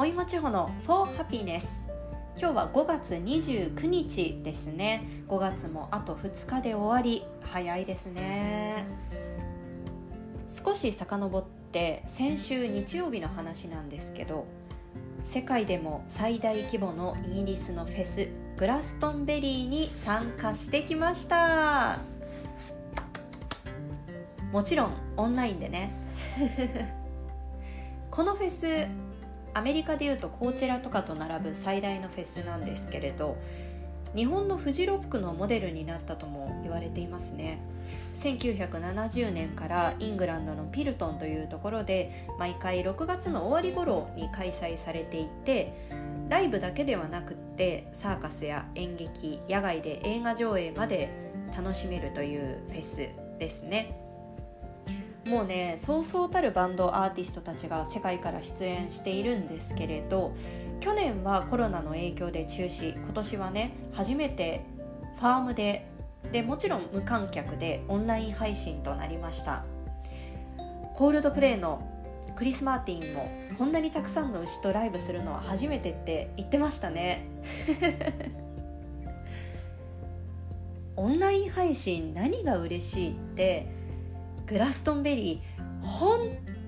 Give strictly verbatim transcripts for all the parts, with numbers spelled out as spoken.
おいもちほの For Happiness。 今日はごがつにじゅうくにちですね。ごがつもあとふつかで終わり、早いですね。少し遡って先週日曜日の話なんですけど、世界でも最大規模のイギリスのフェス、グラストンベリーに参加してきました。もちろんオンラインでねこのフェス、アメリカでいうとコーチェラとかと並ぶ最大のフェスなんですけれど、日本のフジロックのモデルになったとも言われていますね。せんきゅうひゃくななじゅうねんからイングランドのピルトンというところで毎回ろくがつの終わり頃に開催されていて、ライブだけではなくってサーカスや演劇、野外で映画上映まで楽しめるというフェスですね。もうね、そうそうたるバンドアーティストたちが世界から出演しているんですけれど、去年はコロナの影響で中止、今年はね初めてファームででもちろん無観客でオンライン配信となりました。コールドプレイのクリス・マーティンもこんなにたくさんの牛とライブするのは初めてって言ってましたねオンライン配信何が嬉しいって、グラストンベリー本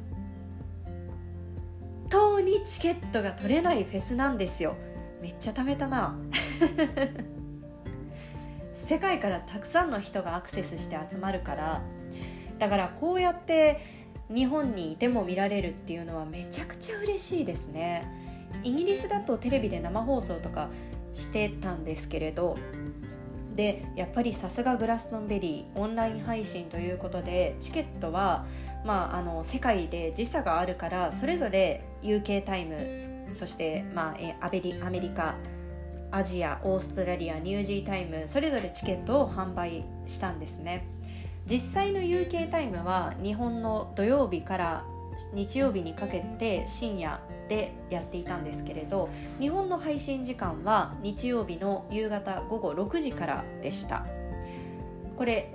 当にチケットが取れないフェスなんですよ。めっちゃ貯めたな世界からたくさんの人がアクセスして集まるから、だからこうやって日本にいても見られるっていうのはめちゃくちゃ嬉しいですね。イギリスだとテレビで生放送とかしてたんですけれど、でやっぱりさすがグラストンベリーオンライン配信ということで、チケットは、まあ、あの世界で時差があるからそれぞれ ユーケー タイム、そして、まあ、えアメリ、アメリカ、アジア、オーストラリア、ニュージータイム、それぞれチケットを販売したんですね。実際の ユーケー タイムは日本の土曜日から日曜日にかけて深夜でやっていたんですけれど、日本の配信時間は日曜日の夕方ごごろくじからでした。これ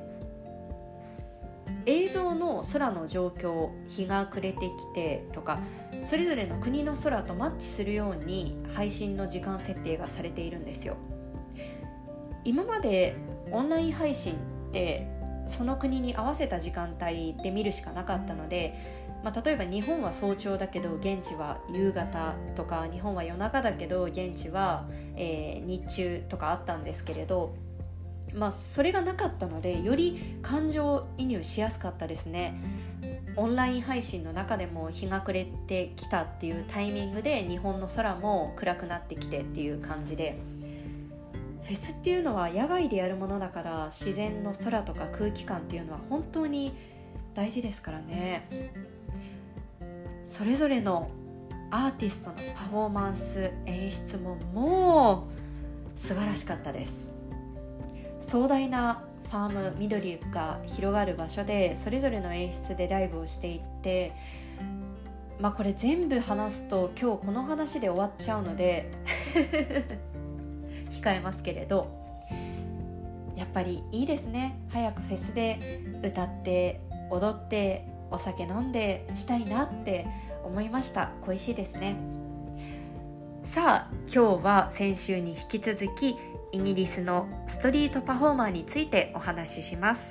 映像の空の状況、日が暮れてきてとか、それぞれの国の空とマッチするように配信の時間設定がされているんですよ。今までオンライン配信ってその国に合わせた時間帯で見るしかなかったので、まあ、例えば日本は早朝だけど現地は夕方とか、日本は夜中だけど現地は、えー、日中とかあったんですけれど、まあ、それがなかったのでより感情移入しやすかったですね。オンライン配信の中でも日が暮れてきたっていうタイミングで日本の空も暗くなってきてっていう感じで、フェスっていうのは野外でやるものだから、自然の空とか空気感っていうのは本当に大事ですからね。それぞれのアーティストのパフォーマンス、演出ももう素晴らしかったです。壮大なファーム、緑が広がる場所でそれぞれの演出でライブをしていって、まあこれ全部話すと今日この話で終わっちゃうので控えますけれど、やっぱりいいですね。早くフェスで歌って踊ってお酒飲んでしたいなって思いました。恋しいですね。さあ今日は先週に引き続きイギリスのストリートパフォーマーについてお話しします。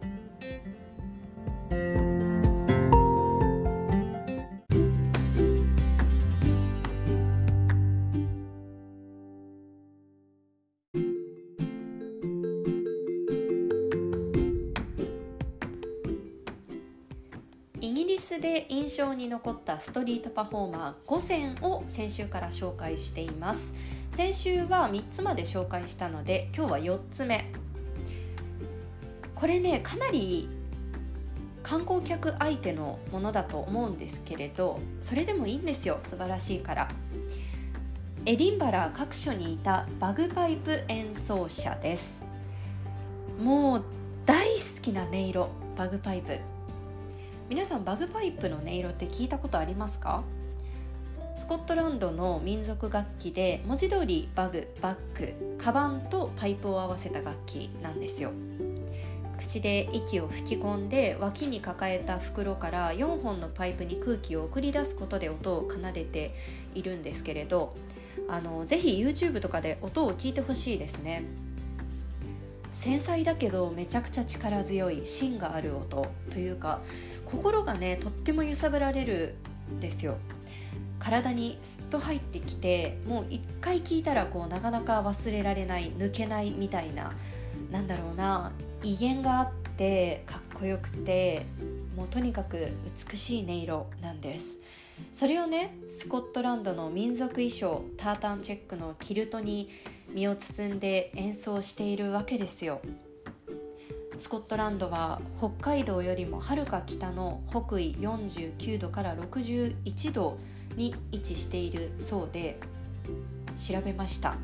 イギリスで印象に残ったストリートパフォーマーごせんを先週から紹介しています。先週はみっつまで紹介したので今日はよっつめ。これね、かなり観光客相手のものだと思うんですけれど、それでもいいんですよ、素晴らしいから。エディンバラ各所にいたバグパイプ演奏者です。もう大好きな音色、バグパイプ。皆さんバグパイプの音色って聞いたことありますか？スコットランドの民族楽器で、文字通りバグ、バッグ、カバンとパイプを合わせた楽器なんですよ。 口で息を吹き込んで脇に抱えた袋からよんほんのパイプに空気を送り出すことで音を奏でているんですけれど、あのぜひ YouTube とかで音を聞いてほしいですね。繊細だけどめちゃくちゃ力強い芯がある音というか、心がねとっても揺さぶられるんですよ。体にスッと入ってきて、もう一回聞いたらこうなかなか忘れられない、抜けないみたいな、なんだろうな、威厳があってかっこよくて、もうとにかく美しい音色なんです。それをね、スコットランドの民族衣装タータンチェックのキルトに身を包んで演奏しているわけですよ。スコットランドは北海道よりもはるか北の北緯よんじゅうきゅうどからろくじゅういちどに位置しているそうで、調べました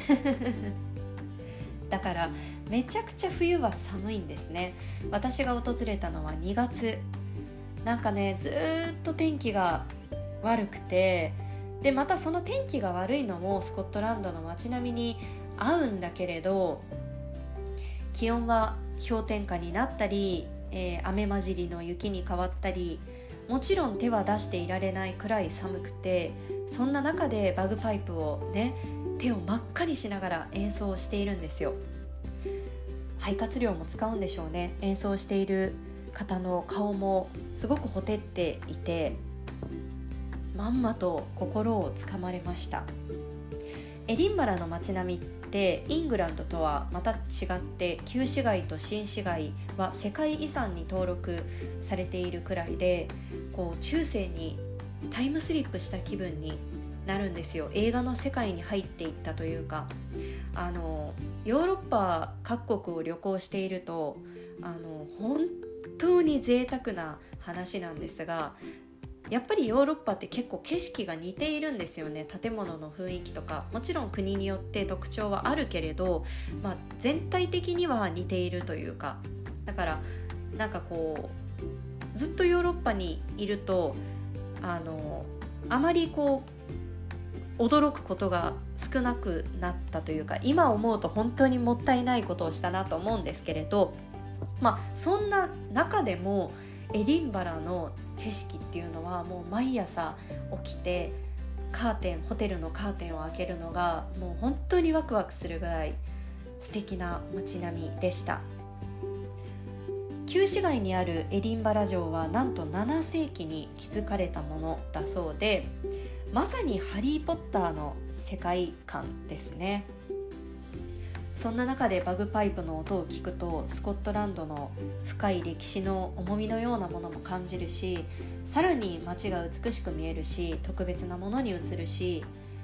だからめちゃくちゃ冬は寒いんですね。私が訪れたのはにがつ、なんかねずっと天気が悪くて、でまたその天気が悪いのもスコットランドの街並みに合うんだけれど、気温は氷点下になったり、えー、雨混じりの雪に変わったり、もちろん手は出していられないくらい寒くて、そんな中でバグパイプをね、手を真っ赤にしながら演奏しているんですよ。肺活量も使うんでしょうね。演奏している方の顔もすごくほてっていて、まんまと心をつかまれました。エディンバラの街並みってイングランドとはまた違って、旧市街と新市街は世界遺産に登録されているくらいで、こう中世にタイムスリップした気分になるんですよ。映画の世界に入っていったというか、あのヨーロッパ各国を旅行していると、あの本当に贅沢な話なんですが、やっぱりヨーロッパって結構景色が似ているんですよね。建物の雰囲気とか、もちろん国によって特徴はあるけれど、まあ、全体的には似ているというか、だからなんかこうずっとヨーロッパにいると、あのあまりこう驚くことが少なくなったというか、今思うと本当にもったいないことをしたなと思うんですけれど、まあそんな中でもエディンバラの景色っていうのは、もう毎朝起きてカーテンホテルのカーテンを開けるのがもう本当にワクワクするぐらい素敵な街並みでした。旧市街にあるエディンバラ城はなんとななせいきに築かれたものだそうで、まさにハリーポッターの世界観ですね。そんな中でバグパイプの音を聞くと、スコットランドの深い歴史の重みのようなものも感じるし、さらに街が美しく見えるし、特別なものに映るし、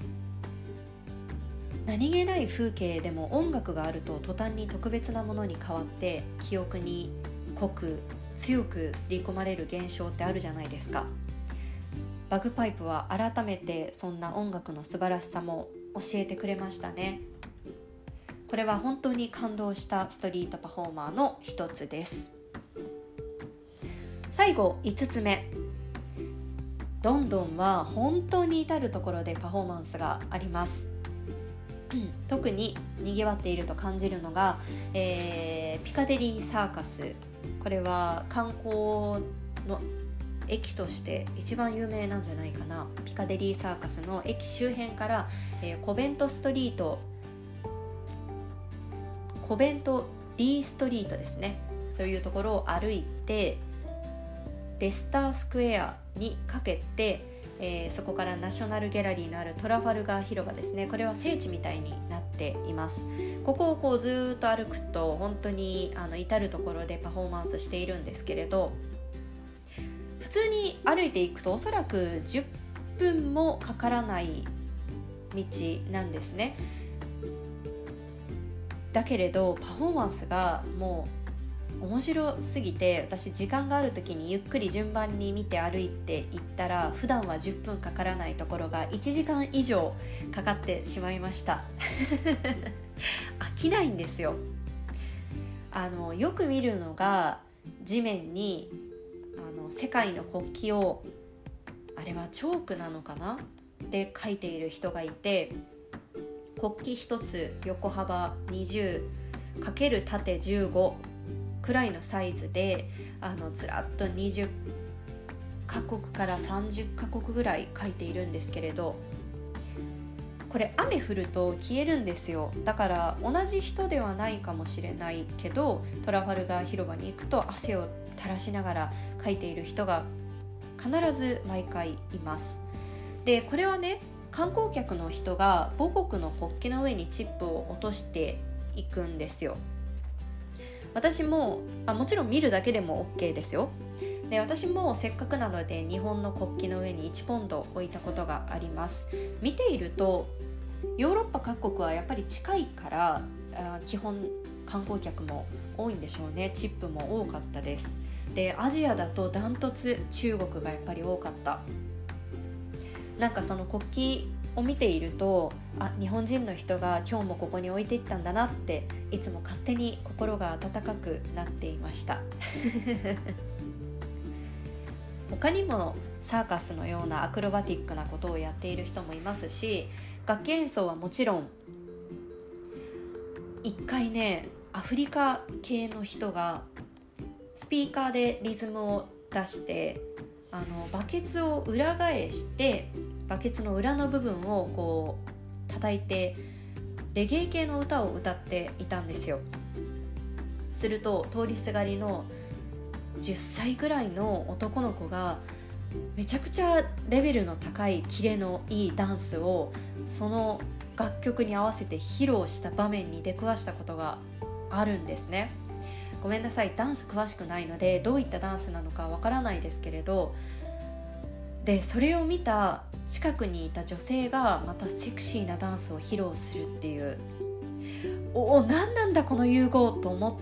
何気ない風景でも音楽があると途端に特別なものに変わって、記憶に濃く強く刷り込まれる現象ってあるじゃないですか。バグパイプは改めてそんな音楽の素晴らしさも教えてくれましたね。これは本当に感動したストリートパフォーマーの一つです。最後いつつめ、ロンドンは本当に至るところでパフォーマンスがあります。特に賑わっていると感じるのが、えー、ピカデリーサーカス。これは観光の駅として一番有名なんじゃないかな。ピカデリーサーカスの駅周辺から、えー、コベントストリートコベントリーストリートですねというところを歩いて、レスタースクエアにかけて、えー、そこからナショナルギャラリーのあるトラファルガー広場ですね。これは聖地みたいになっています。ここをこうずっと歩くと本当にあの至るところでパフォーマンスしているんですけれど、普通に歩いていくとおそらくじゅっぷんもかからない道なんですね。だけれどパフォーマンスがもう面白すぎて、私時間がある時にゆっくり順番に見て歩いていったら、普段はじゅっぷんかからないところがいちじかん以上かかってしまいました飽きないんですよ。あのよく見るのが、地面にあの世界の国旗を、あれはチョークなのかなで書いている人がいて、国旗一つ横幅にじゅうかける縦じゅうごくらいのサイズで、あのずらっとにじゅっかこくからさんじゅっかこくぐらい書いているんですけれど、これ雨降ると消えるんですよ。だから同じ人ではないかもしれないけど、トラファルガー広場に行くと汗を垂らしながら書いている人が必ず毎回います。でこれはね、観光客の人が母国の国旗の上にチップを落としていくんですよ。私もあもちろん見るだけでも OK ですよ。で私もせっかくなので日本の国旗の上にいちポンド置いたことがあります。見ているとヨーロッパ各国はやっぱり近いからあ基本観光客も多いんでしょうね。チップも多かったです。でアジアだとダントツ中国がやっぱり多かった。なんかその国旗を見ていると、あ日本人の人が今日もここに置いていったんだなって、いつも勝手に心が温かくなっていました他にもサーカスのようなアクロバティックなことをやっている人もいますし、楽器演奏はもちろん、一回ねアフリカ系の人がスピーカーでリズムを出して、あのバケツを裏返してバケツの裏の部分をこう叩いてレゲエ系の歌を歌っていたんですよ。すると通りすがりのじゅっさいぐらいの男の子がめちゃくちゃレベルの高いキレのいいダンスをその楽曲に合わせて披露した場面に出くわしたことがあるんですね。ごめんなさい、ダンス詳しくないのでどういったダンスなのかわからないですけれど、でそれを見た近くにいた女性がまたセクシーなダンスを披露するっていう、おお何なんだこの融合と思って、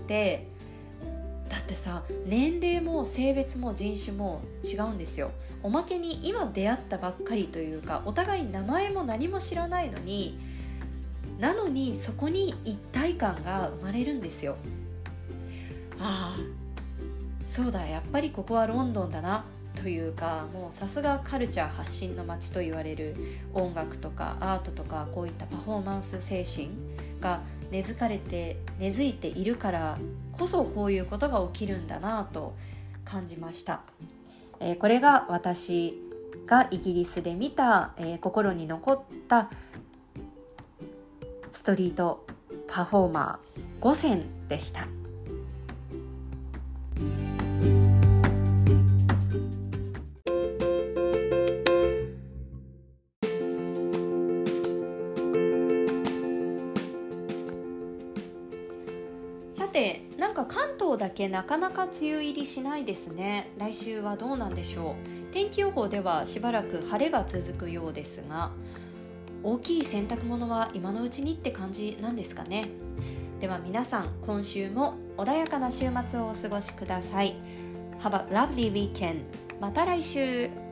だってさ年齢も性別も人種も違うんですよ。おまけに今出会ったばっかりというか、お互い名前も何も知らないのになのにそこに一体感が生まれるんですよ。ああそうだ、やっぱりここはロンドンだなというか、もうさすがカルチャー発信の街と言われる、音楽とかアートとかこういったパフォーマンス精神が根付かれて根付いているからこそこういうことが起きるんだなと感じました。えー、これが私がイギリスで見た、えー、心に残ったストリートパフォーマーごせんでした。さて、なんか関東だけなかなか梅雨入りしないですね。来週はどうなんでしょう。天気予報ではしばらく晴れが続くようですが、大きい洗濯物は今のうちにって感じなんですかね。では皆さん、今週も穏やかな週末をお過ごしください。Have a lovely weekend. また来週。